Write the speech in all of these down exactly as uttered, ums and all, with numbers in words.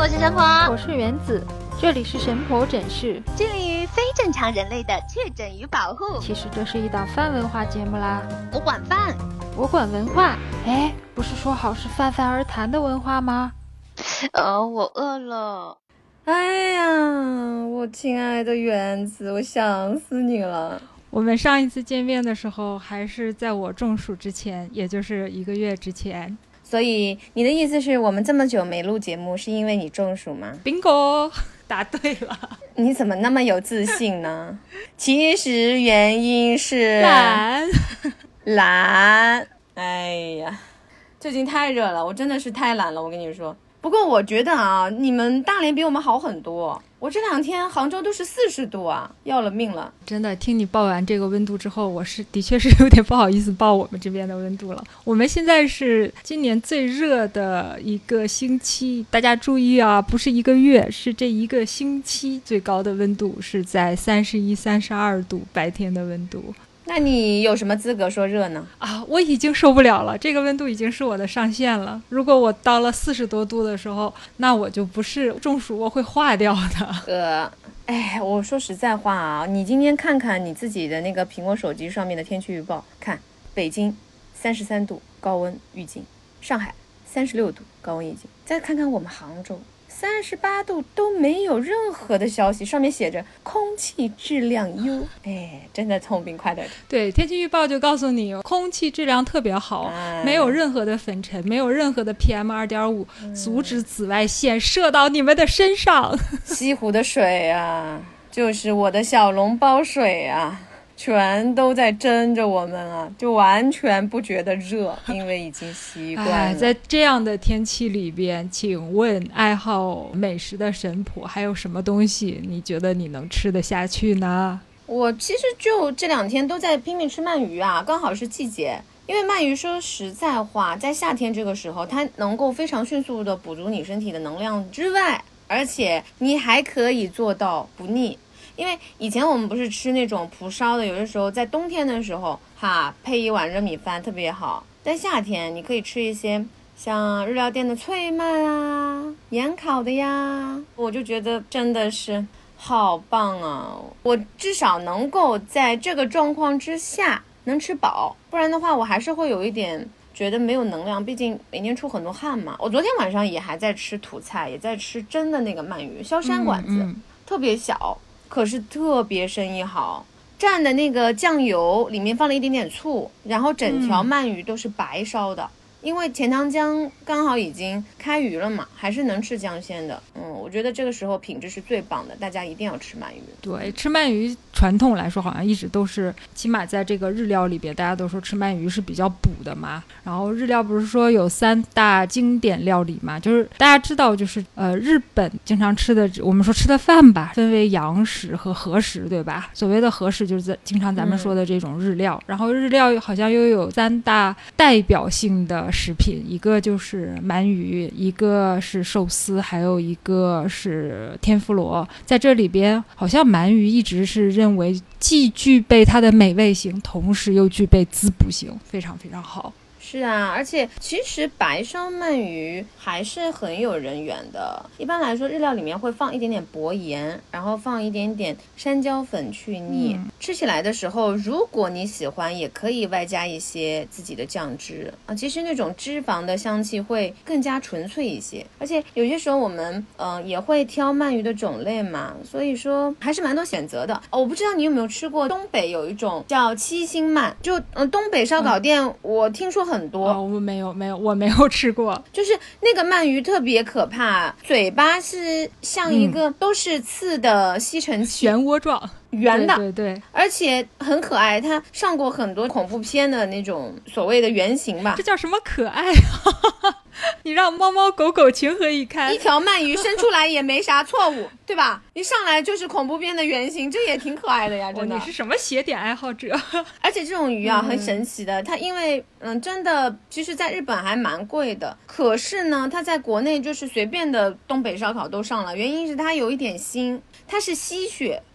我是神婆， 我是原子，这里是神婆诊室， 致力于非正常人类的确诊与保护。 其实这是一档泛文化节目啦。 我管饭， 我管文化。哎，不是说好是泛泛而谈的文化吗？ 呃，我饿了。 哎呀，我亲爱的原子，我想死你了。 我们上一次见面的时候还是在我中暑之前，也就是一个月之前。 所以你的意思是我们这么久没录节目是因为你中暑吗？ Bingo， 答对了。 你怎么那么有自信呢？其实原因是懒懒。哎呀，最近太热了，我真的是太懒了，我跟你说。不过我觉得啊，你们大连比我们好很多。我这两天杭州都是四十度啊，要了命了。 真的，听你报完这个温度之后，我是的确是有点不好意思报我们这边的温度了。我们现在是今年最热的一个星期，大家注意啊，不是一个月，是这一个星期最高的温度是在三十一、三十二度，白天的温度。 那你有什么资格说热呢？ 啊，我已经受不了了，这个温度已经是我的上限了。如果我到了四十多度的时候，那我就不是中暑，我会化掉的。 呃，哎，我说实在话啊，你今天看看你自己的那个苹果手机上面的天气预报，看北京三十三度高温预警，上海三十六度高温预警，再看看我们杭州三十八度都没有任何的消息，上面写着空气质量优。哎，真的聪明快点。 对，天气预报就告诉你空气质量特别好， 哎、 没有任何的粉尘，没有任何的 P M 二点五、嗯、阻止紫外线射到你们的身上。 西湖的水啊，就是我的小笼包水啊，全都在蒸着我们啊，就完全不觉得热，因为已经习惯了、 哎、在这样的天气里边，请问爱好美食的神婆还有什么东西你觉得你能吃得下去呢？ 我其实就这两天都在拼命吃鳗鱼啊，刚好是季节。因为鳗鱼说实在话，在夏天这个时候它能够非常迅速的补足你身体的能量之外，而且你还可以做到不腻。因为以前我们不是吃那种蒲烧的，有的时候在冬天的时候哈，配一碗热米饭特别好。在夏天你可以吃一些像日料店的脆鳗啊，盐烤的呀，我就觉得真的是好棒啊！我至少能够在这个状况之下能吃饱，不然的话我还是会有一点觉得没有能量，毕竟每天出很多汗嘛。我昨天晚上也还在吃土菜，也在吃真的那个鳗鱼，萧山馆子、嗯嗯、特别小，可是特别生意好，蘸的那个酱油里面放了一点点醋，然后整条鳗鱼都是白烧的、嗯、因为钱塘江刚好已经开鱼了嘛，还是能吃江鲜的。嗯，我觉得这个时候品质是最棒的，大家一定要吃鳗鱼。 对，吃鳗鱼传统来说好像一直都是，起码在这个日料里边大家都说吃鳗鱼是比较补的嘛。然后日料不是说有三大经典料理嘛，就是大家知道就是呃日本经常吃的，我们说吃的饭吧，分为洋食和和食，对吧？所谓的和食就是在经常咱们说的这种日料、嗯、然后日料好像又有三大代表性的食品，一个就是鳗鱼，一个是寿司，还有一个是天妇罗。在这里边好像鳗鱼一直是认为既具备它的美味性，同时又具备滋补性，非常非常好。 是啊，而且其实白烧鳗鱼还是很有人缘的。一般来说日料里面会放一点点薄盐，然后放一点点山椒粉去腻、嗯、吃起来的时候如果你喜欢也可以外加一些自己的酱汁啊，其实那种脂肪的香气会更加纯粹一些。而且有些时候我们嗯、呃、也会挑鳗鱼的种类嘛，所以说还是蛮多选择的、哦、我不知道你有没有吃过东北有一种叫七星鳗，就、呃、东北烧烤店、嗯、我听说很多、 哦、我没有没有我没有吃过。 就是那个鳗鱼特别可怕，嘴巴是像一个都是刺的吸尘器， 漩涡状圆的， 对对对， 而且很可爱。它上过很多恐怖片的那种所谓的原型吧。 这叫什么可爱啊？你让猫猫狗狗情何以堪？ 一条鳗鱼生出来也没啥错误，对吧？一上来就是恐怖片的原型，这也挺可爱的呀，真的。 哦、你是什么邪典爱好者？ 而且这种鱼啊、嗯、很神奇的，它因为嗯真的其实在日本还蛮贵的，可是呢它在国内就是随便的东北烧烤都上了，原因是它有一点腥，它是吸血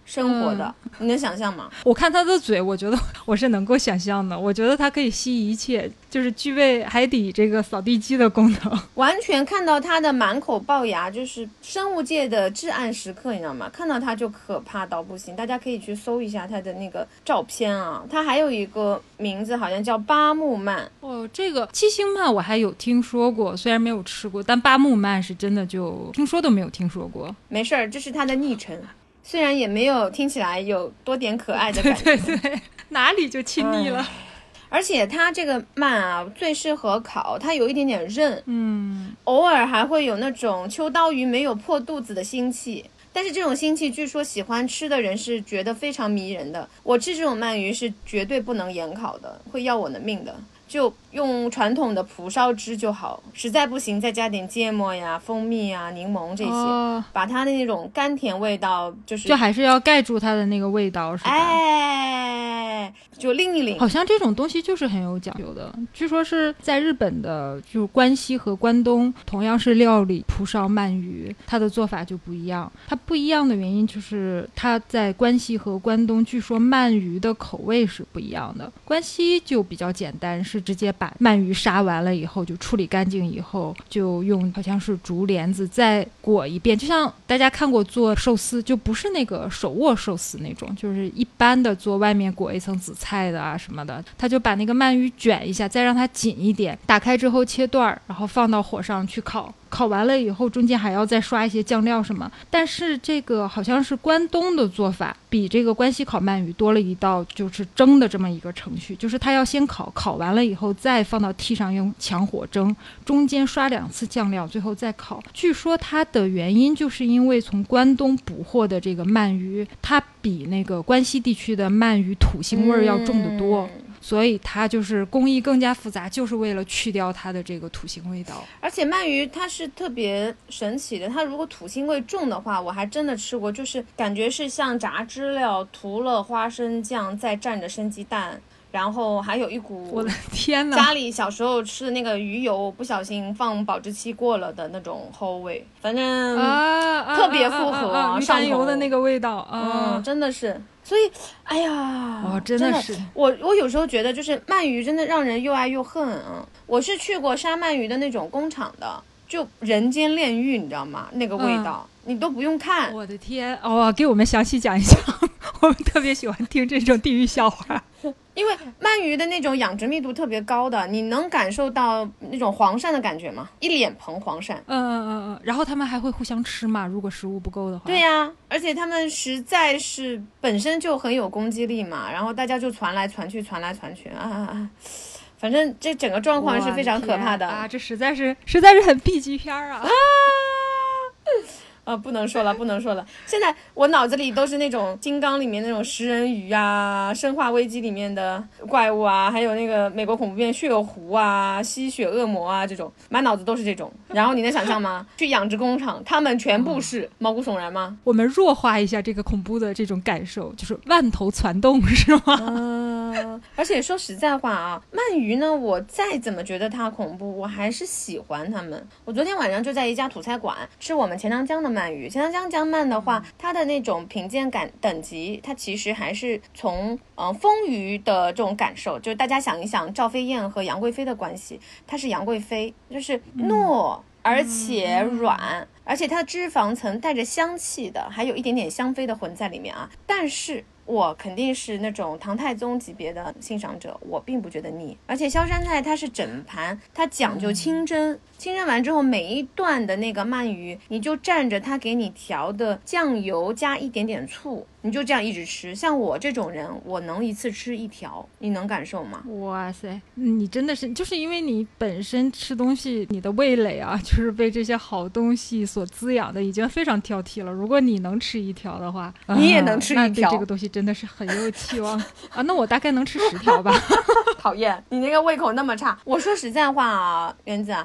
生活的， 嗯、 你能想象吗？ 我看他的嘴，我觉得我是能够想象的。我觉得它可以吸一切，就是具备海底这个扫地机的功能。 完全看到他的满口龅牙，就是生物界的至暗时刻，你知道吗？看到他就可怕到不行。大家可以去搜一下他的那个照片啊。他还有一个名字好像叫巴木鳗。 哦，这个七星鳗我还有听说过，虽然没有吃过，但巴木鳗是真的就听说都没有听说过。 没事儿，这是他的昵称。虽然也没有听起来有多点可爱的感觉， 对对对，哪里就亲昵了。 而且它这个鳗啊，最适合烤，它有一点点韧， 嗯， 偶尔还会有那种秋刀鱼没有破肚子的腥气。但是这种腥气，据说喜欢吃的人是觉得非常迷人的。我吃这种鳗鱼是绝对不能盐烤的，会要我的命的。就用传统的蒲烧汁就好，实在不行再加点芥末呀、蜂蜜啊、柠檬这些，哦、把它的那种甘甜味道，就是就还是要盖住它的那个味道，是吧？ 哎，就拎一拎。 好像这种东西就是很有讲究的，据说是在日本的，就是关西和关东同样是料理蒲烧鳗鱼，它的做法就不一样。它不一样的原因就是它在关西和关东，据说鳗鱼的口味是不一样的。关西就比较简单，是直接把鳗鱼杀完了以后，就处理干净以后，就用好像是竹帘子再裹一遍，就像大家看过做寿司，就不是那个手握寿司那种，就是一般的做外面裹一层紫菜的啊什么的，他就把那个鳗鱼卷一下，再让它紧一点，打开之后切段，然后放到火上去烤。烤完了以后中间还要再刷一些酱料什么，但是这个好像是关东的做法比这个关西烤鳗鱼多了一道就是蒸的这么一个程序，就是它要先烤，烤完了以后再放到屉上用强火蒸，中间刷两次酱料，最后再烤。据说它的原因就是因为从关东捕获的这个鳗鱼，它比那个关西地区的鳗鱼土腥味要重得多、嗯，所以它就是工艺更加复杂，就是为了去掉它的这个土腥味道。 而且鳗鱼它是特别神奇的，它如果土腥味重的话，我还真的吃过，就是感觉是像炸知了涂了花生酱再蘸着生鸡蛋，然后还有一股我的天哪， 家里小时候吃的那个鱼油不小心放保质期过了的那种齁味，反正特别复合， 啊啊啊啊、鱼肝油的那个味道啊、 嗯，真的是。所以哎呀， 哦，真的是， 我我有时候觉得就是鳗鱼真的让人又爱又恨啊。我是去过杀鳗鱼的那种工厂的，就人间炼狱，你知道吗？那个味道、嗯、你都不用看。 我的天，哦，给我们详细讲一讲，我们特别喜欢听这种地狱笑话。 因为鳗鱼的那种养殖密度特别高的，你能感受到那种黄鳝的感觉吗？一脸蓬黄鳝。 嗯嗯嗯嗯。然后他们还会互相吃嘛？如果食物不够的话。 对呀、啊，而且他们实在是本身就很有攻击力嘛，然后大家就传来传去，传来传去啊。反正这整个状况是非常可怕的啊！这实在是实在是很 B 级片啊！啊啊，不能说了，不能说了。现在我脑子里都是那种金刚里面那种食人鱼啊，生化危机里面的怪物啊，还有那个美国恐怖片血狐啊、吸血恶魔啊，这种满脑子都是这种。然后你能想象吗？去养殖工厂，他们全部是毛骨悚然吗？ 我们弱化一下这个恐怖的这种感受，就是万头攒动，是吗？ 嗯，而且说实在话啊，鳗鱼呢，我再怎么觉得它恐怖，我还是喜欢它们。我昨天晚上就在一家土菜馆吃我们钱塘江的鳗鱼，钱塘江江鳗的话，它的那种品鉴感等级，它其实还是从嗯、呃、丰腴的这种感受，就是大家想一想赵飞燕和杨贵妃的关系，它是杨贵妃，就是糯、嗯、而且软、嗯、而且它脂肪层带着香气的，还有一点点香妃的混在里面啊，但是我肯定是那种唐太宗级别的欣赏者，我并不觉得腻。而且萧山菜它是整盘，它讲究清蒸、嗯、清蒸完之后每一段的那个鳗鱼你就蘸着它给你调的酱油加一点点醋，你就这样一直吃。像我这种人，我能一次吃一条，你能感受吗？ 哇塞，你真的是就是因为你本身吃东西，你的味蕾啊就是被这些好东西所滋养的，已经非常挑剔了。如果你能吃一条的话， 你也能吃一条、 呃、那对这个东西真的是很有期望啊。那我大概能吃十条吧。 讨厌，你那个胃口那么差。我说实在话啊，原子啊，我知道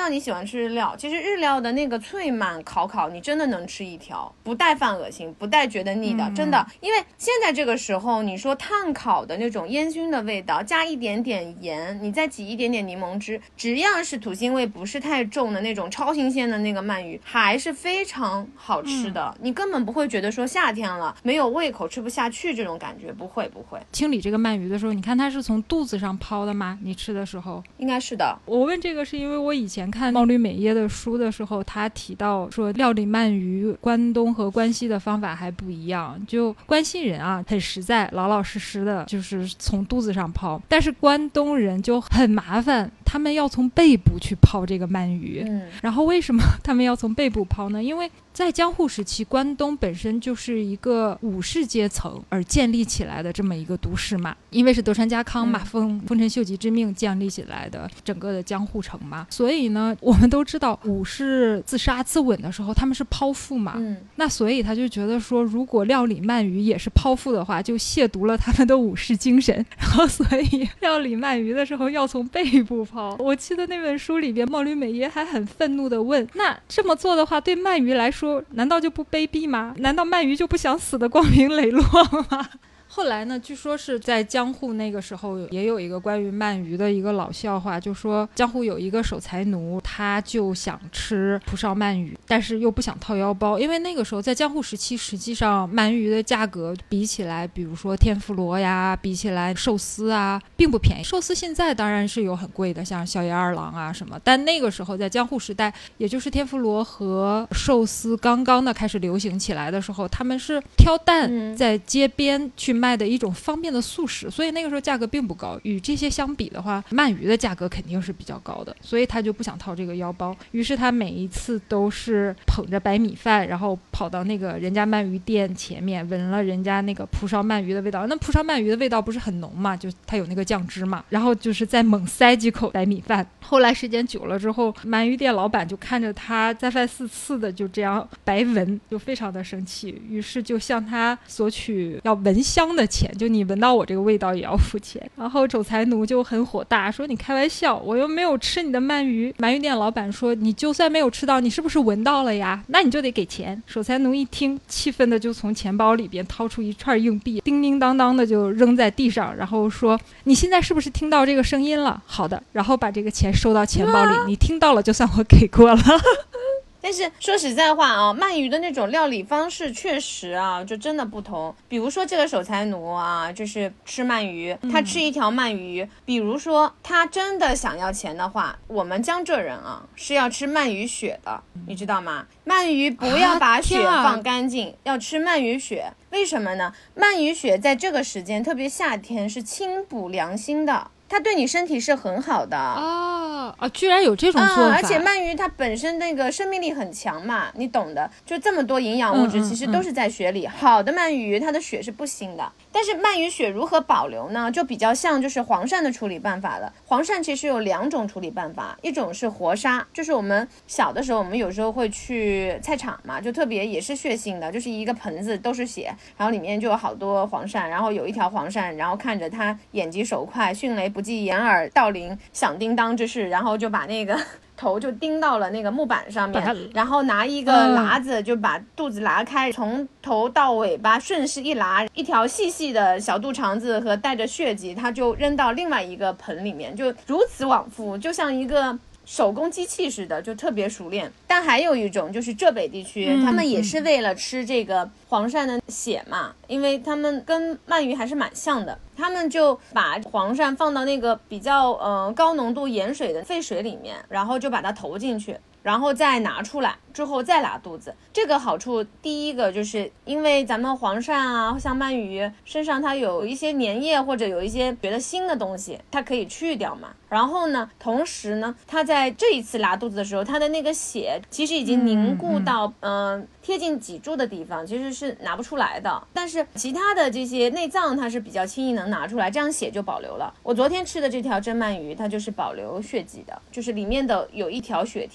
道你喜欢吃日料，其实日料的那个脆鳗烤烤你真的能吃一条，不带犯恶心，不带觉得腻的、嗯、真的。因为现在这个时候你说炭烤的那种烟熏的味道，加一点点盐，你再挤一点点柠檬汁，只要是土腥味不是太重的那种超新鲜的那个鳗鱼还是非常好吃的、嗯、你根本不会觉得说夏天了没有胃口吃不下去这种感觉，不会不会。 清理这个鳗鱼的时候，你看它是从肚子上抛的吗？你吃的时候应该是的。 我问这个是因为我以前看茂吕美耶的书的时候，他提到说料理鳗鱼关东和关西的方法还不一样，就关西人啊很实在老老实实的就是从肚子上抛，但是关东人就很麻烦，他们要从背部去抛这个鳗鱼、嗯、然后为什么他们要从背部抛呢？因为在江户时期，关东本身就是一个武士阶层而建立起来的这么一个都市嘛，因为是德川家康嘛，丰丰臣秀吉之命建立起来的整个的江户城嘛，所以呢，我们都知道武士自杀自刎的时候他们是剖腹嘛、嗯，那所以他就觉得说，如果料理鳗鱼也是剖腹的话，就亵渎了他们的武士精神，然后所以料理鳗鱼的时候要从背部剖。我记得那本书里边，茂吕美耶还很愤怒地问，那这么做的话，对鳗鱼来说难道就不卑鄙吗？难道鳗鱼就不想死得光明磊落吗？后来呢，据说是在江户那个时候也有一个关于鳗鱼的一个老笑话，就说江户有一个守财奴，他就想吃蒲烧鳗鱼，但是又不想掏腰包，因为那个时候在江户时期，实际上鳗鱼的价格比起来，比如说天妇罗呀，比起来寿司啊，并不便宜。寿司现在当然是有很贵的，像宵夜二郎啊什么，但那个时候在江户时代，也就是天妇罗和寿司刚刚的开始流行起来的时候，他们是挑担在街边去卖的一种方便的速食，所以那个时候价格并不高。与这些相比的话，鳗鱼的价格肯定是比较高的，所以他就不想掏这个腰包，于是他每一次都是捧着白米饭，然后跑到那个人家鳗鱼店前面，闻了人家那个蒲烧鳗鱼的味道，那蒲烧鳗鱼的味道不是很浓嘛，就它有那个酱汁嘛，然后就是再猛塞几口白米饭。后来时间久了之后，鳗鱼店老板就看着他再犯四次的就这样白闻，就非常的生气，于是就向他索取要闻香的钱，就你闻到我这个味道也要付钱。然后守财奴就很火大，说你开玩笑，我又没有吃你的鳗鱼。鳗鱼店老板说，你就算没有吃到，你是不是闻到了呀？那你就得给钱。守财奴一听，气愤的就从钱包里边掏出一串硬币，叮叮当当的就扔在地上，然后说，你现在是不是听到这个声音了？好的，然后把这个钱收到钱包里，你听到了就算我给过了。 但是说实在话啊，鳗鱼的那种料理方式确实啊，就真的不同。比如说这个守财奴啊，就是吃鳗鱼，他吃一条鳗鱼、嗯、比如说他真的想要钱的话，我们江浙人啊是要吃鳗鱼血的，你知道吗？鳗鱼不要把血放干净、啊、要吃鳗鱼血。为什么呢？鳗鱼血在这个时间，特别夏天，是清补凉心的，它对你身体是很好的啊啊！居然有这种做法、嗯、 而且鳗鱼它本身那个生命力很强嘛，你懂的，就这么多营养物质、嗯、其实都是在血里、嗯嗯、好的鳗鱼它的血是不腥的。但是鳗鱼血如何保留呢？就比较像就是黄鳝的处理办法了。黄鳝其实有两种处理办法，一种是活杀，就是我们小的时候我们有时候会去菜场嘛，就特别也是血腥的，就是一个盆子都是血，然后里面就有好多黄鳝，然后有一条黄鳝，然后看着它眼疾手快，迅雷不及掩耳盗铃响叮当之势，然后就把那个头就钉到了那个木板上面，然后拿一个喇子就把肚子拉开、嗯、从头到尾巴顺势一拉，一条细细的小肚肠子和带着血迹，它就扔到另外一个盆里面，就如此往复，就像一个手工机器似的，就特别熟练。但还有一种就是浙北地区、嗯、他们也是为了吃这个黄鳝的血嘛，因为他们跟鳗鱼还是蛮像的，他们就把黄鳝放到那个比较呃高浓度盐水的沸水里面，然后就把它投进去，然后再拿出来之后再拉肚子。这个好处第一个就是因为咱们黄鳝啊像鳗鱼身上它有一些粘液或者有一些觉得腥的东西，它可以去掉嘛。然后呢同时呢它在这一次拉肚子的时候，它的那个血其实已经凝固到嗯、呃、贴近脊柱的地方，其实是拿不出来的。但是其他的这些内脏它是比较轻易能拿出来，这样血就保留了。我昨天吃的这条蒸鳗鱼它就是保留血迹的，就是里面的有一条血条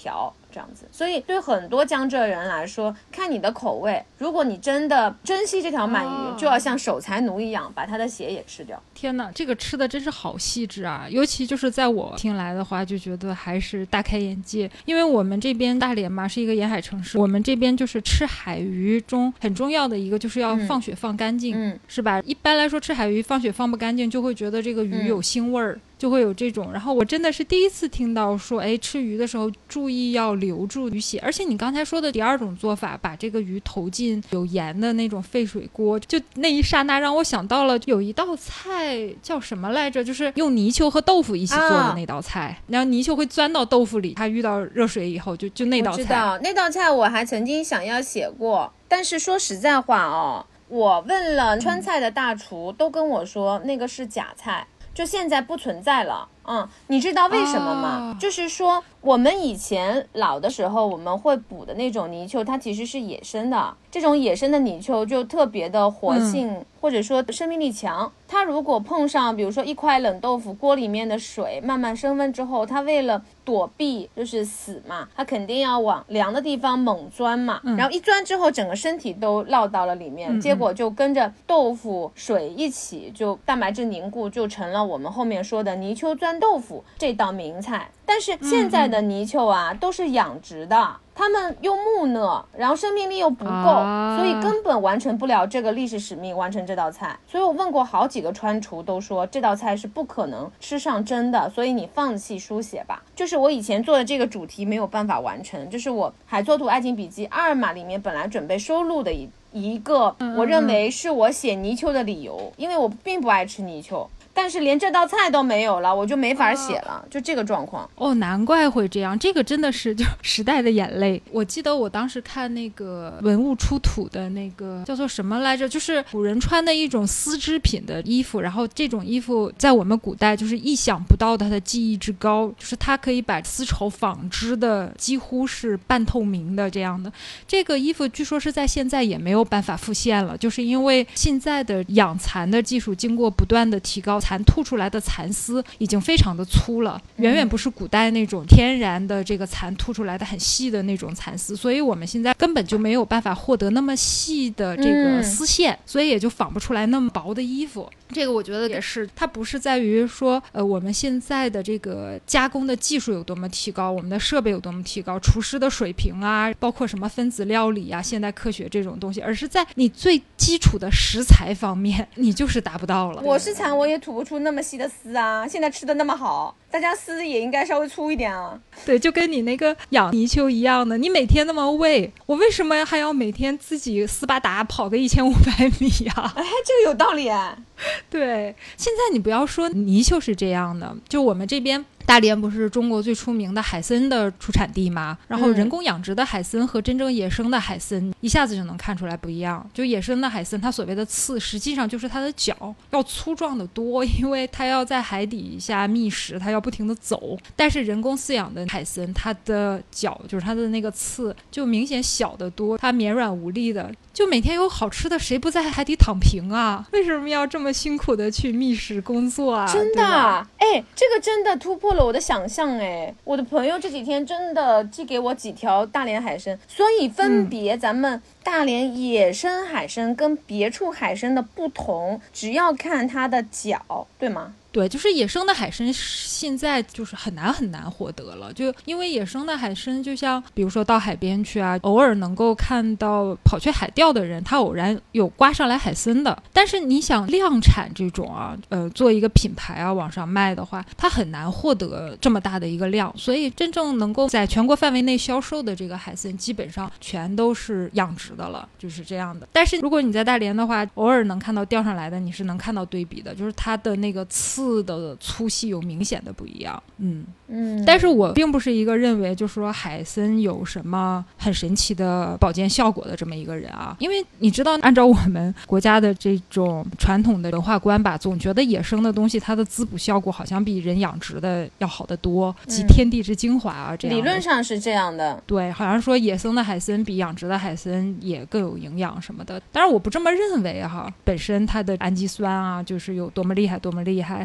这样子。所以对很多江浙人来说，看你的口味，如果你真的珍惜这条鳗鱼、哦、就要像守财奴一样把它的血也吃掉。 天哪，这个吃的真是好细致啊！尤其就是在我听来的话，就觉得还是大开眼界。因为我们这边大连嘛是一个沿海城市，我们这边就是吃海鱼中很重要的一个就是要放血放干净、嗯、是吧？一般来说吃海鱼放血放不干净就会觉得这个鱼有腥味儿、嗯，就会有这种。然后我真的是第一次听到说，哎，吃鱼的时候注意要留住鱼血。而且你刚才说的第二种做法，把这个鱼投进有盐的那种沸水锅，就那一刹那让我想到了有一道菜叫什么来着，就是用泥鳅和豆腐一起做的那道菜、啊、然后泥鳅会钻到豆腐里，它遇到热水以后就就那道菜。 我知道那道菜我还曾经想要写过，但是说实在话哦，我问了川菜的大厨、嗯、都跟我说那个是假菜，就现在不存在了。嗯，你知道为什么吗、哦、就是说我们以前老的时候我们会捕的那种泥鳅它其实是野生的，这种野生的泥鳅就特别的活性、嗯、或者说生命力强。它如果碰上比如说一块冷豆腐，锅里面的水慢慢升温之后，它为了躲避就是死嘛，它肯定要往凉的地方猛钻嘛、嗯、然后一钻之后整个身体都落到了里面、嗯、结果就跟着豆腐水一起就蛋白质凝固，就成了我们后面说的泥鳅钻豆腐这道名菜。但是现在的泥鳅啊、嗯、都是养殖的，他们又木讷，然后生命力又不够、啊、所以根本完成不了这个历史使命，完成这道菜。所以我问过好几个川厨都说这道菜是不可能吃上蒸的，所以你放弃书写吧。就是我以前做的这个主题没有办法完成，就是我海作图爱情笔记二码里面本来准备收录的一一个我认为是我写泥鳅的理由，因为我并不爱吃泥鳅，但是连这道菜都没有了，我就没法写了、哦、就这个状况。 哦，难怪会这样，这个真的是就时代的眼泪。我记得我当时看那个文物出土的那个叫做什么来着，就是古人穿的一种丝织品的衣服，然后这种衣服在我们古代就是意想不到它的技艺之高，就是它可以把丝绸纺织的几乎是半透明的这样的。这个衣服据说是在现在也没有办法复现了，就是因为现在的养蚕的技术经过不断的提高，蚕吐出来的蚕丝已经非常的粗了，远远不是古代那种天然的这个蚕吐出来的很细的那种蚕丝，所以我们现在根本就没有办法获得那么细的这个丝线、嗯、所以也就纺不出来那么薄的衣服。这个我觉得也是，它不是在于说呃我们现在的这个加工的技术有多么提高，我们的设备有多么提高，厨师的水平啊，包括什么分子料理啊，现代科学这种东西，而是在你最基础的食材方面你就是达不到了。 我是蚕我也吐不出那么细的丝啊，现在吃的那么好，大家丝也应该稍微粗一点啊。 对，就跟你那个养泥鳅一样的，你每天那么喂，我为什么还要每天自己斯巴达跑个一千五百米啊？ 哎，这个有道理哎。 对，现在你不要说泥鳅是这样的，就我们这边大连不是中国最出名的海参的出产地吗？然后人工养殖的海参和真正野生的海参一下子就能看出来不一样。就野生的海参它所谓的刺实际上就是它的脚要粗壮的多，因为它要在海底下觅食，它要不停的走。但是人工饲养的海参它的脚就是它的那个刺就明显小得多，它绵软无力的，就每天有好吃的谁不在海底躺平啊？为什么要这么辛苦的去觅食工作啊？ 真的哎，这个真的突破了我的想象哎！我的朋友这几天真的寄给我几条大连海参，所以分别咱们大连野生海参跟别处海参的不同，只要看它的脚，对吗？ 对，就是野生的海参现在就是很难很难获得了，就因为野生的海参就像比如说到海边去啊，偶尔能够看到跑去海钓的人他偶然有刮上来海参的，但是你想量产这种啊呃，做一个品牌啊往上卖的话，它很难获得这么大的一个量，所以真正能够在全国范围内销售的这个海参基本上全都是养殖的了，就是这样的。但是如果你在大连的话，偶尔能看到钓上来的，你是能看到对比的，就是它的那个刺刺的粗细有明显的不一样。嗯嗯，但是我并不是一个认为就是说海参有什么很神奇的保健效果的这么一个人啊，因为你知道按照我们国家的这种传统的文化观吧，总觉得野生的东西它的滋补效果好像比人养殖的要好得多，集天地之精华啊、嗯、这样。 理论上是这样的， 对，好像说野生的海参比养殖的海参也更有营养什么的，当然我不这么认为哈，本身它的氨基酸啊就是有多么厉害多么厉害，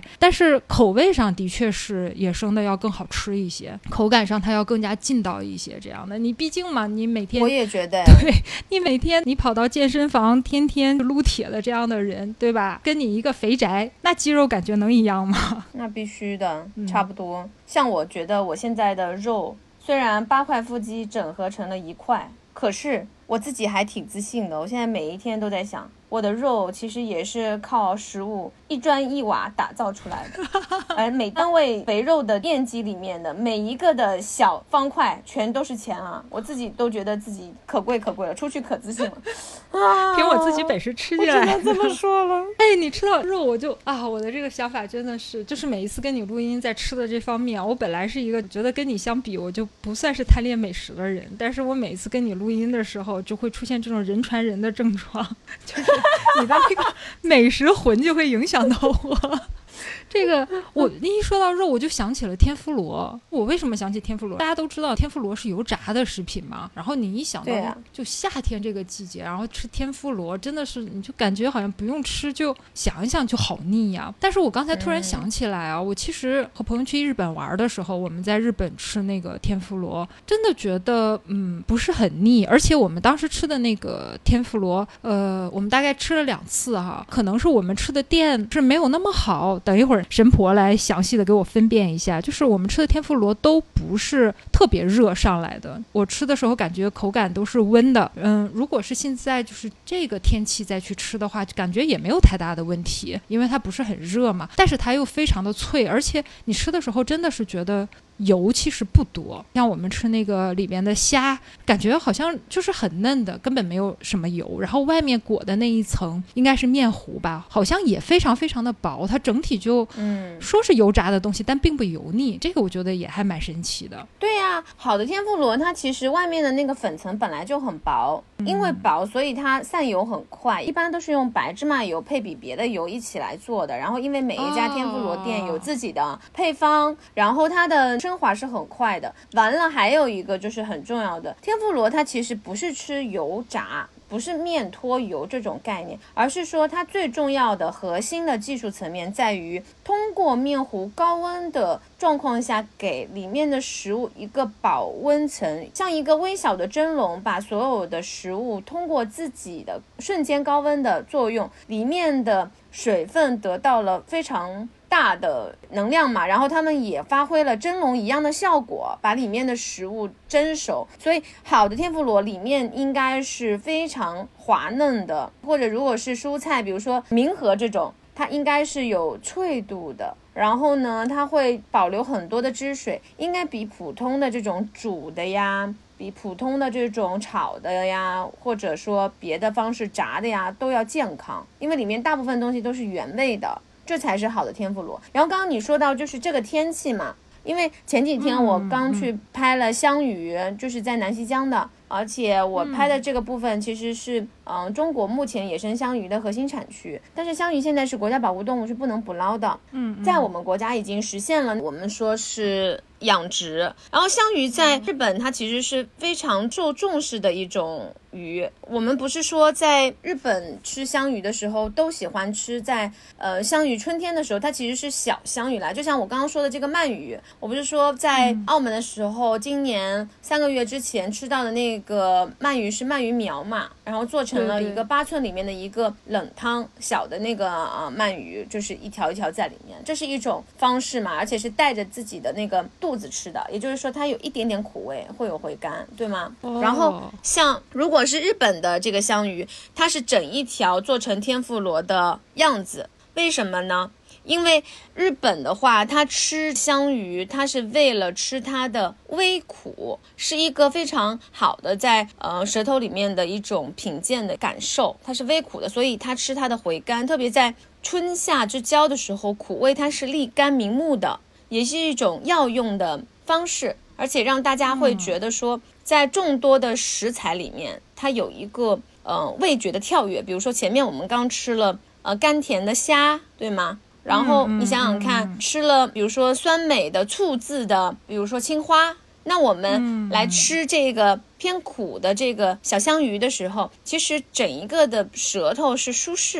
但是口味上的确是野生的要更好吃一些，口感上它要更加劲道一些这样的。你毕竟嘛，你每天我也觉得， 对，你每天你跑到健身房天天撸铁的这样的人，对吧，跟你一个肥宅，那肌肉感觉能一样吗？ 那必须的，差不多、嗯、像我觉得我现在的肉虽然八块腹肌整合成了一块，可是我自己还挺自信的。我现在每一天都在想，我的肉其实也是靠食物一砖一瓦打造出来的，而每单位肥肉的面积里面的每一个的小方块全都是钱啊！我自己都觉得自己可贵可贵了，出去可自信了啊！ 凭我自己本事吃进来， 我只能这么说了。 哎，你吃到肉我就啊，我的这个想法真的是，就是每一次跟你录音在吃的这方面，我本来是一个觉得跟你相比我就不算是贪恋美食的人，但是我每次跟你录音的时候就会出现这种人传人的症状，就是你的那个美食魂就会影响到我。这个我一说到肉我就想起了天妇罗。我为什么想起天妇罗？大家都知道天妇罗是油炸的食品嘛，然后你一想到就夏天这个季节、啊、然后吃天妇罗真的是你就感觉好像不用吃就想一想就好腻呀、啊。但是我刚才突然想起来啊、嗯、我其实和朋友去日本玩的时候，我们在日本吃那个天妇罗真的觉得嗯不是很腻，而且我们当时吃的那个天妇罗呃我们大概吃了两次哈，可能是我们吃的店是没有那么好，等一会儿神婆来详细的给我分辨一下，就是我们吃的天妇罗都不是特别热上来的，我吃的时候感觉口感都是温的。嗯，如果是现在就是这个天气再去吃的话，感觉也没有太大的问题，因为它不是很热嘛，但是它又非常的脆，而且你吃的时候真的是觉得油其实不多，像我们吃那个里面的虾感觉好像就是很嫩的，根本没有什么油，然后外面裹的那一层应该是面糊吧，好像也非常非常的薄，它整体就嗯说是油炸的东西但并不油腻，这个我觉得也还蛮神奇的。 对呀、啊，好的天妇罗它其实外面的那个粉层本来就很薄，因为薄所以它散油很快，一般都是用白芝麻油配比别的油一起来做的，然后因为每一家天妇罗店有自己的配方、哦、然后它的升华是很快的。完了还有一个就是很重要的，天妇罗它其实不是吃油炸，不是面脱油这种概念，而是说它最重要的核心的技术层面在于通过面糊高温的状况下给里面的食物一个保温层，像一个微小的蒸笼，把所有的食物通过自己的瞬间高温的作用，里面的水分得到了非常大的能量嘛，然后他们也发挥了蒸笼一样的效果，把里面的食物蒸熟。所以好的天妇罗里面应该是非常滑嫩的，或者如果是蔬菜比如说明和这种，它应该是有脆度的，然后呢它会保留很多的汁水，应该比普通的这种煮的呀，比普通的这种炒的呀，或者说别的方式炸的呀都要健康，因为里面大部分东西都是原味的，这才是好的天妇罗。然后刚刚你说到就是这个天气嘛，因为前几天我刚去拍了香鱼、嗯、就是在南溪江的，而且我拍的这个部分其实是嗯、呃，中国目前野生香鱼的核心产区，但是香鱼现在是国家保护动物，是不能捕捞的。嗯，在我们国家已经实现了我们说是养殖，然后香鱼在日本它其实是非常受重视的一种鱼。我们不是说在日本吃香鱼的时候都喜欢吃在呃香鱼春天的时候，它其实是小香鱼来，就像我刚刚说的这个鳗鱼，我不是说在澳门的时候、嗯、今年三个月之前吃到的那个鳗鱼是鳗鱼苗嘛，然后做成了一个八寸里面的一个冷汤，小的那个呃鳗鱼就是一条一条在里面，这是一种方式嘛，而且是带着自己的那个肚子吃的，也就是说它有一点点苦味，会有回甘，对吗、哦、然后像如果是日本的这个香鱼，它是整一条做成天妇罗的样子，为什么呢？因为日本的话它吃香鱼它是为了吃它的微苦，是一个非常好的在呃舌头里面的一种品鉴的感受，它是微苦的，所以它吃它的回甘，特别在春夏之交的时候，苦味它是立肝明目的，也是一种药用的方式，而且让大家会觉得说在众多的食材里面它有一个呃味觉的跳跃，比如说前面我们刚吃了呃甘甜的虾，对吗？然后你想想看、嗯嗯、吃了比如说酸美的醋渍的比如说青花，那我们来吃这个偏苦的这个小香鱼的时候，其实整一个的舌头是舒适的，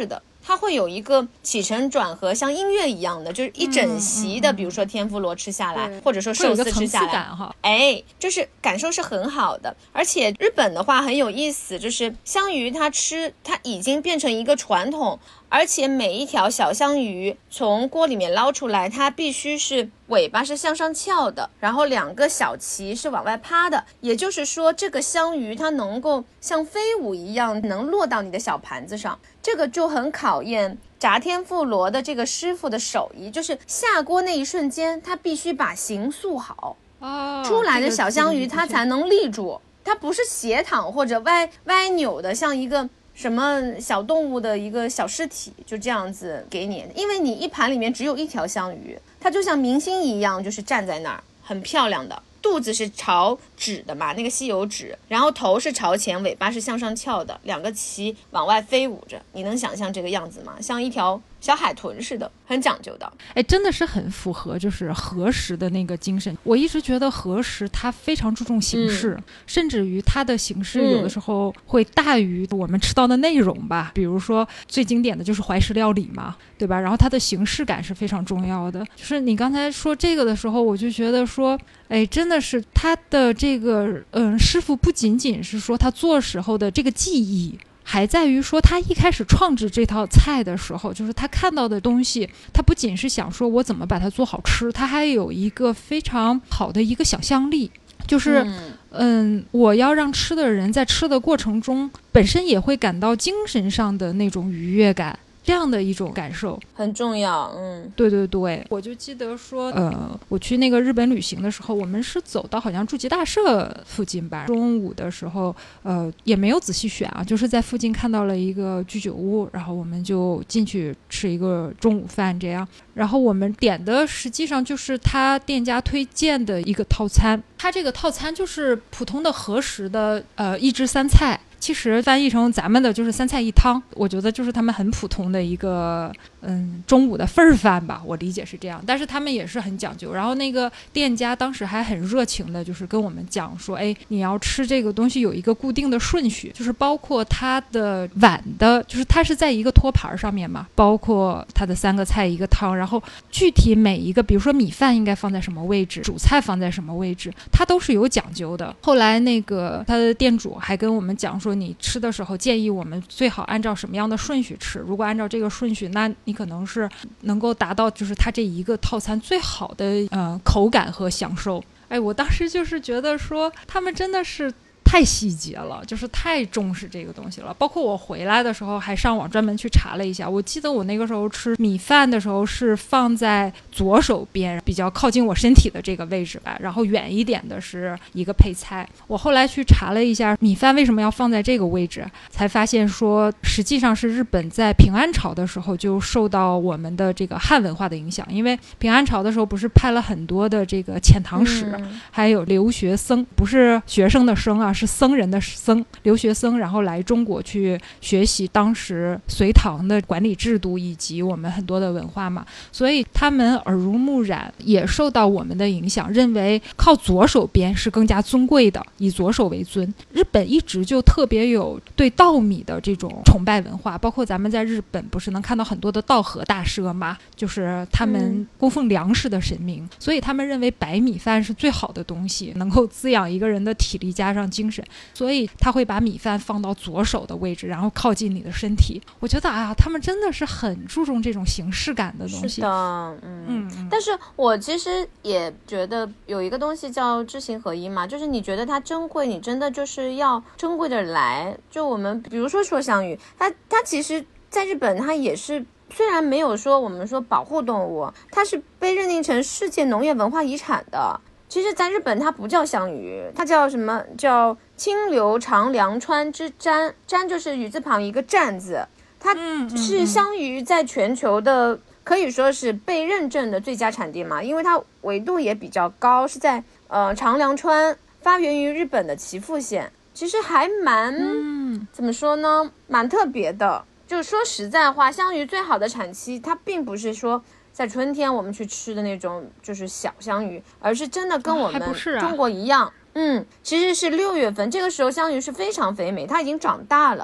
它会有一个起承转合，像音乐一样的，就是一整席的，嗯嗯嗯、比如说天妇罗吃下来，或者说寿司吃下来，哎，就是感受是很好的。而且日本的话很有意思，就是香鱼它吃它已经变成一个传统，而且每一条小香鱼从锅里面捞出来，它必须是尾巴是向上翘的，然后两个小鳍是往外趴的，也就是说这个香鱼它能够像飞舞一样能落到你的小盘子上，这个就很考验炸天妇罗的这个师傅的手艺，就是下锅那一瞬间他必须把形塑好，哦，出来的小香鱼它才能立住，它不是斜躺或者歪歪扭的像一个什么小动物的一个小尸体，就这样子给你，因为你一盘里面只有一条香鱼，它就像明星一样，就是站在那儿很漂亮的，肚子是朝指的嘛，那个吸油指，然后头是朝前，尾巴是向上翘的，两个鳍往外飞舞着，你能想象这个样子吗？像一条小海豚似的，很讲究的。 哎，真的是很符合就是和食的那个精神。我一直觉得和食它非常注重形式、嗯、甚至于它的形式有的时候会大于我们吃到的内容吧、嗯、比如说最经典的就是怀石料理嘛，对吧？然后它的形式感是非常重要的。就是你刚才说这个的时候，我就觉得说哎，真的是他的这个嗯，师傅不仅仅是说他做时候的这个技艺，还在于说他一开始创制这套菜的时候，就是他看到的东西，他不仅是想说我怎么把它做好吃，他还有一个非常好的一个想象力，就是嗯, 嗯，我要让吃的人在吃的过程中本身也会感到精神上的那种愉悦感，这样的一种感受很重要。嗯， 对对对，我就记得说呃，我去那个日本旅行的时候，我们是走到好像筑吉大社附近吧，中午的时候呃也没有仔细选啊，就是在附近看到了一个居酒屋，然后我们就进去吃一个中午饭这样，然后我们点的实际上就是他店家推荐的一个套餐，他这个套餐就是普通的和食的呃一汁三菜，其实翻译成咱们的就是三菜一汤，我觉得就是他们很普通的一个嗯中午的份儿饭吧，我理解是这样，但是他们也是很讲究。然后那个店家当时还很热情的就是跟我们讲说，哎，你要吃这个东西有一个固定的顺序，就是包括它的碗的，就是它是在一个托盘上面嘛，包括它的三个菜一个汤，然后具体每一个比如说米饭应该放在什么位置，主菜放在什么位置，它都是有讲究的。后来那个他的店主还跟我们讲说，你吃的时候建议我们最好按照什么样的顺序吃，如果按照这个顺序，那你可能是能够达到就是它这一个套餐最好的呃口感和享受。哎，我当时就是觉得说他们真的是太细节了，就是太重视这个东西了。包括我回来的时候还上网专门去查了一下，我记得我那个时候吃米饭的时候是放在左手边比较靠近我身体的这个位置吧，然后远一点的是一个配菜。我后来去查了一下米饭为什么要放在这个位置，才发现说实际上是日本在平安朝的时候就受到我们的这个汉文化的影响，因为平安朝的时候不是派了很多的这个遣唐使、嗯、还有留学僧，不是学生的生啊，是僧人的僧，留学僧，然后来中国去学习当时隋唐的管理制度以及我们很多的文化嘛，所以他们耳濡目染，也受到我们的影响，认为靠左手边是更加尊贵的，以左手为尊。日本一直就特别有对稻米的这种崇拜文化，包括咱们在日本不是能看到很多的稻荷大社嘛，就是他们供奉粮食的神明、嗯、所以他们认为白米饭是最好的东西，能够滋养一个人的体力加上精神，所以他会把米饭放到左手的位置，然后靠近你的身体。我觉得啊，他们真的是很注重这种形式感的东西。 是的，嗯嗯。但是我其实也觉得有一个东西叫知行合一嘛，就是你觉得它珍贵，你真的就是要珍贵的来。就我们比如说说香鱼，它它其实在日本它也是。虽然没有说我们说保护动物，它是被认定成世界农业文化遗产的。其实在日本它不叫香鱼，它叫什么？叫清流长良川之瞻，瞻就是雨字旁一个站字，它是香鱼在全球的可以说是被认证的最佳产地嘛，因为它纬度也比较高，是在呃长良川，发源于日本的岐阜县，其实还蛮、嗯、怎么说呢，蛮特别的。就说实在话，香鱼最好的产期它并不是说在春天我们去吃的那种就是小香鱼，而是真的跟我们中国一样、哦啊、嗯，其实是六月份，这个时候香鱼是非常肥美，它已经长大了，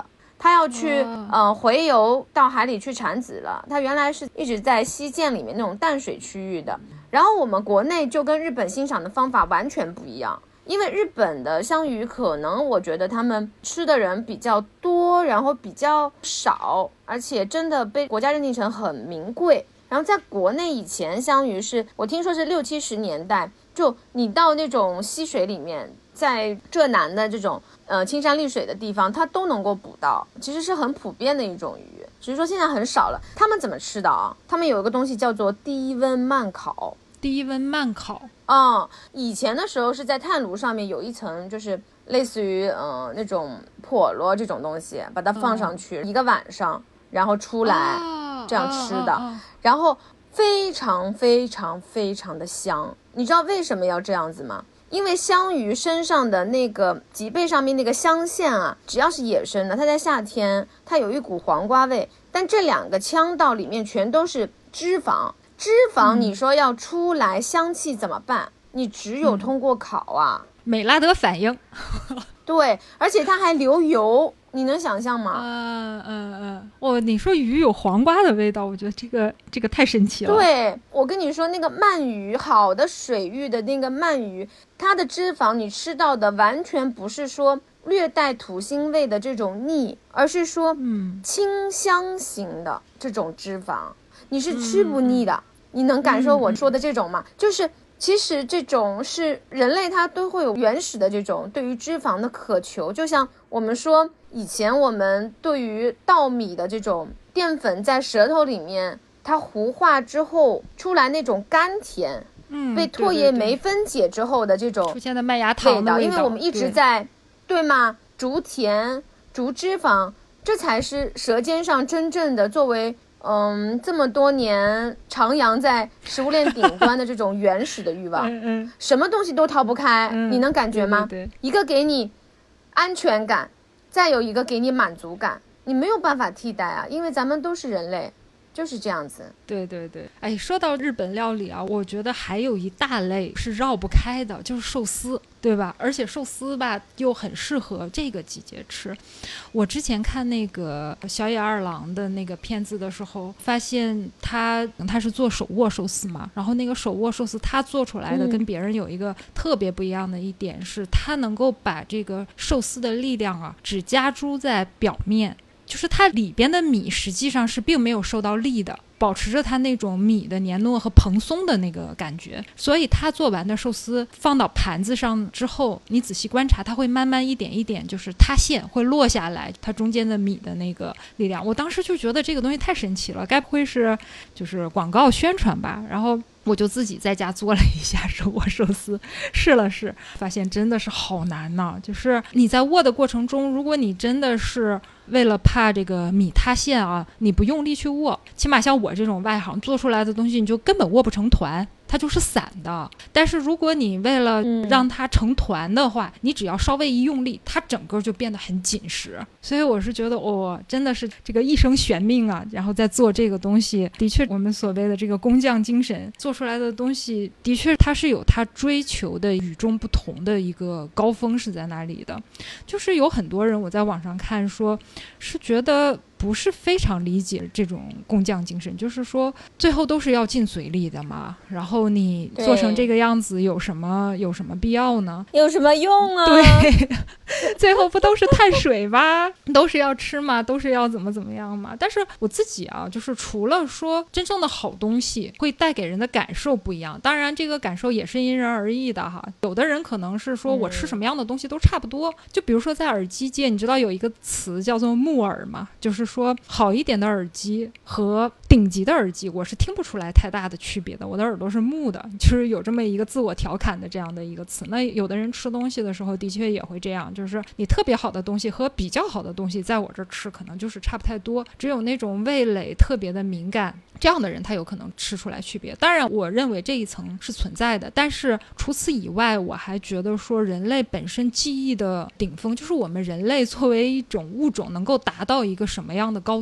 它要去、 哦、 呃洄游到海里去产子了。它原来是一直在溪涧里面那种淡水区域的，然后我们国内就跟日本欣赏的方法完全不一样。因为日本的香鱼可能我觉得他们吃的人比较多，然后比较少，而且真的被国家认定成很名贵。然后在国内以前香鱼是我听说是六七十年代，就你到那种溪水里面，在浙南的这种呃青山绿水的地方它都能够捕到，其实是很普遍的一种鱼，只是说现在很少了。他们怎么吃的啊？他们有一个东西叫做低温慢烤。 低温慢烤， 嗯，以前的时候是在炭炉上面有一层，就是类似于嗯、呃、那种笸箩这种东西，把它放上去、嗯、一个晚上，然后出来、哦、这样吃的、哦哦哦、然后非常非常非常的香。你知道为什么要这样子吗？因为香鱼身上的那个脊背上面那个香线啊，只要是野生的，它在夏天它有一股黄瓜味，但这两个腔道里面全都是脂肪。脂肪你说要出来香气怎么办、嗯、你只有通过烤啊、 嗯、美拉德反应对，而且它还流油，你能想象吗？ 嗯嗯嗯，哦，你说鱼有黄瓜的味道，我觉得这个这个太神奇了。 对，我跟你说那个鳗鱼，好的水域的那个鳗鱼，它的脂肪你吃到的完全不是说略带土腥味的这种腻，而是说清香型的这种脂肪，你是吃不腻的、嗯、你能感受我说的这种吗、嗯、就是其实这种是人类它都会有原始的这种对于脂肪的渴求，就像我们说以前我们对于稻米的这种淀粉在舌头里面它糊化之后出来那种甘甜、嗯、被唾液酶分解之后的这种出现的麦芽糖的味道， 因为我们一直在 对, 对吗逐甜逐脂肪，这才是舌尖上真正的作为嗯，这么多年徜徉在食物链顶端的这种原始的欲望嗯嗯，什么东西都逃不开、嗯、你能感觉吗？ 对对对， 一个给你安全感，再有一个给你满足感，你没有办法替代啊，因为咱们都是人类，就是这样子。 对对对，哎，说到日本料理啊，我觉得还有一大类是绕不开的，就是寿司，对吧？而且寿司吧又很适合这个季节吃。我之前看那个小野二郎的那个片子的时候，发现他他是做手握寿司嘛，然后那个手握寿司他做出来的跟别人有一个特别不一样的一点是，他能够把这个寿司的力量啊只加诸在表面。就是它里边的米实际上是并没有受到力的，保持着它那种米的黏糯和蓬松的那个感觉，所以它做完的寿司放到盘子上之后，你仔细观察，它会慢慢一点一点就是塌陷，会落下来，它中间的米的那个力量。我当时就觉得这个东西太神奇了，该不会是就是广告宣传吧？然后我就自己在家做了一下手握寿司，试了试，发现真的是好难呐、啊！就是你在握的过程中，如果你真的是为了怕这个米塌陷啊，你不用力去握，起码像我这种外行做出来的东西，你就根本握不成团，它就是散的。但是如果你为了让它成团的话、嗯、你只要稍微一用力，它整个就变得很紧实。所以我是觉得哦，真的是这个一生悬命啊，然后再做这个东西，的确我们所谓的这个工匠精神做出来的东西，的确它是有它追求的与众不同的一个高峰是在那里的。就是有很多人我在网上看说是觉得不是非常理解这种工匠精神，就是说最后都是要进嘴里的嘛，然后你做成这个样子有什么有什么必要呢？ 有什么用啊？ 对，最后不都是碳水吗？都是要吃吗？都是要怎么怎么样吗？但是我自己啊，就是除了说真正的好东西会带给人的感受不一样，当然这个感受也是因人而异的哈。有的人可能是说我吃什么样的东西都差不多、嗯、就比如说在耳机界，你知道有一个词叫做木耳吗？就是说好一点的耳机和顶级的耳机我是听不出来太大的区别的，我的耳朵是木的，就是有这么一个自我调侃的这样的一个词。那有的人吃东西的时候的确也会这样，就是你特别好的东西和比较好的东西在我这吃可能就是差不太多，只有那种味蕾特别的敏感这样的人他有可能吃出来区别。当然我认为这一层是存在的，但是除此以外我还觉得说人类本身记忆的顶峰，就是我们人类作为一种物种能够达到一个什么样的高度，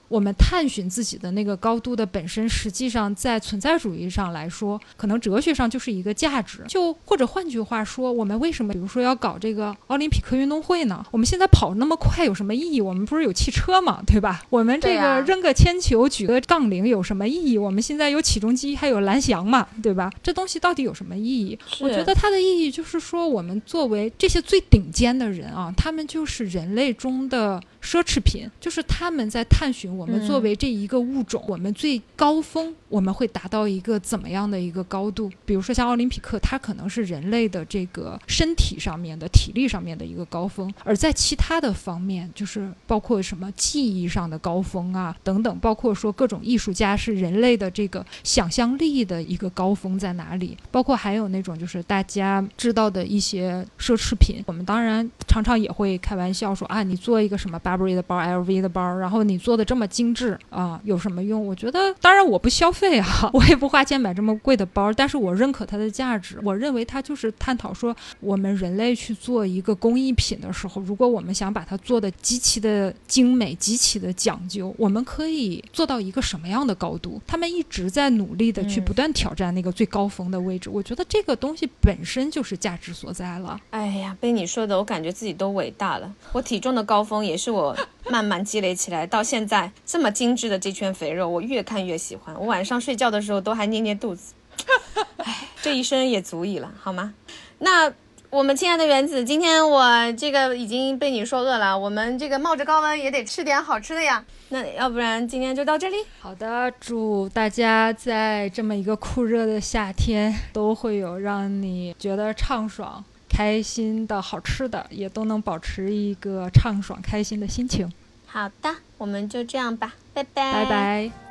我们探寻自己的那个高度的本身，实际上在存在主义上来说，可能哲学上就是一个价值。就或者换句话说，我们为什么比如说要搞这个奥林匹克运动会呢？我们现在跑那么快有什么意义？我们不是有汽车吗？对吧？我们这个扔个铅球举个杠铃有什么意义？我们现在有起重机还有蓝翔嘛，对吧？这东西到底有什么意义？我觉得它的意义就是说，我们作为这些最顶尖的人啊，他们就是人类中的奢侈品，就是他们在探寻我们作为这一个物种、嗯、我们最高峰我们会达到一个怎么样的一个高度。比如说像奥林匹克，它可能是人类的这个身体上面的体力上面的一个高峰，而在其他的方面，就是包括什么记忆上的高峰啊等等，包括说各种艺术家是人类的这个想象力的一个高峰在哪里，包括还有那种就是大家知道的一些奢侈品，我们当然常常也会开玩笑说啊，你做一个什么Burberry 的包 L V 的包，然后你做的这么精致啊，有什么用？我觉得当然我不消费啊，我也不花钱买这么贵的包，但是我认可它的价值。我认为它就是探讨说，我们人类去做一个工艺品的时候，如果我们想把它做的极其的精美极其的讲究，我们可以做到一个什么样的高度。他们一直在努力的去不断挑战那个最高峰的位置、嗯、我觉得这个东西本身就是价值所在了。 哎呀，被你说的我感觉自己都伟大了。我体重的高峰也是我慢慢积累起来到现在这么精致的这圈肥肉，我越看越喜欢，我晚上睡觉的时候都还捏捏肚子。哎，这一身也足以了好吗？那我们亲爱的原子，今天我这个已经被你说饿了，我们这个冒着高温也得吃点好吃的呀。那要不然今天就到这里。 好的，祝大家在这么一个酷热的夏天都会有让你觉得畅爽开心的好吃的，也都能保持一个畅爽开心的心情。 好的，我们就这样吧，拜拜， 拜拜。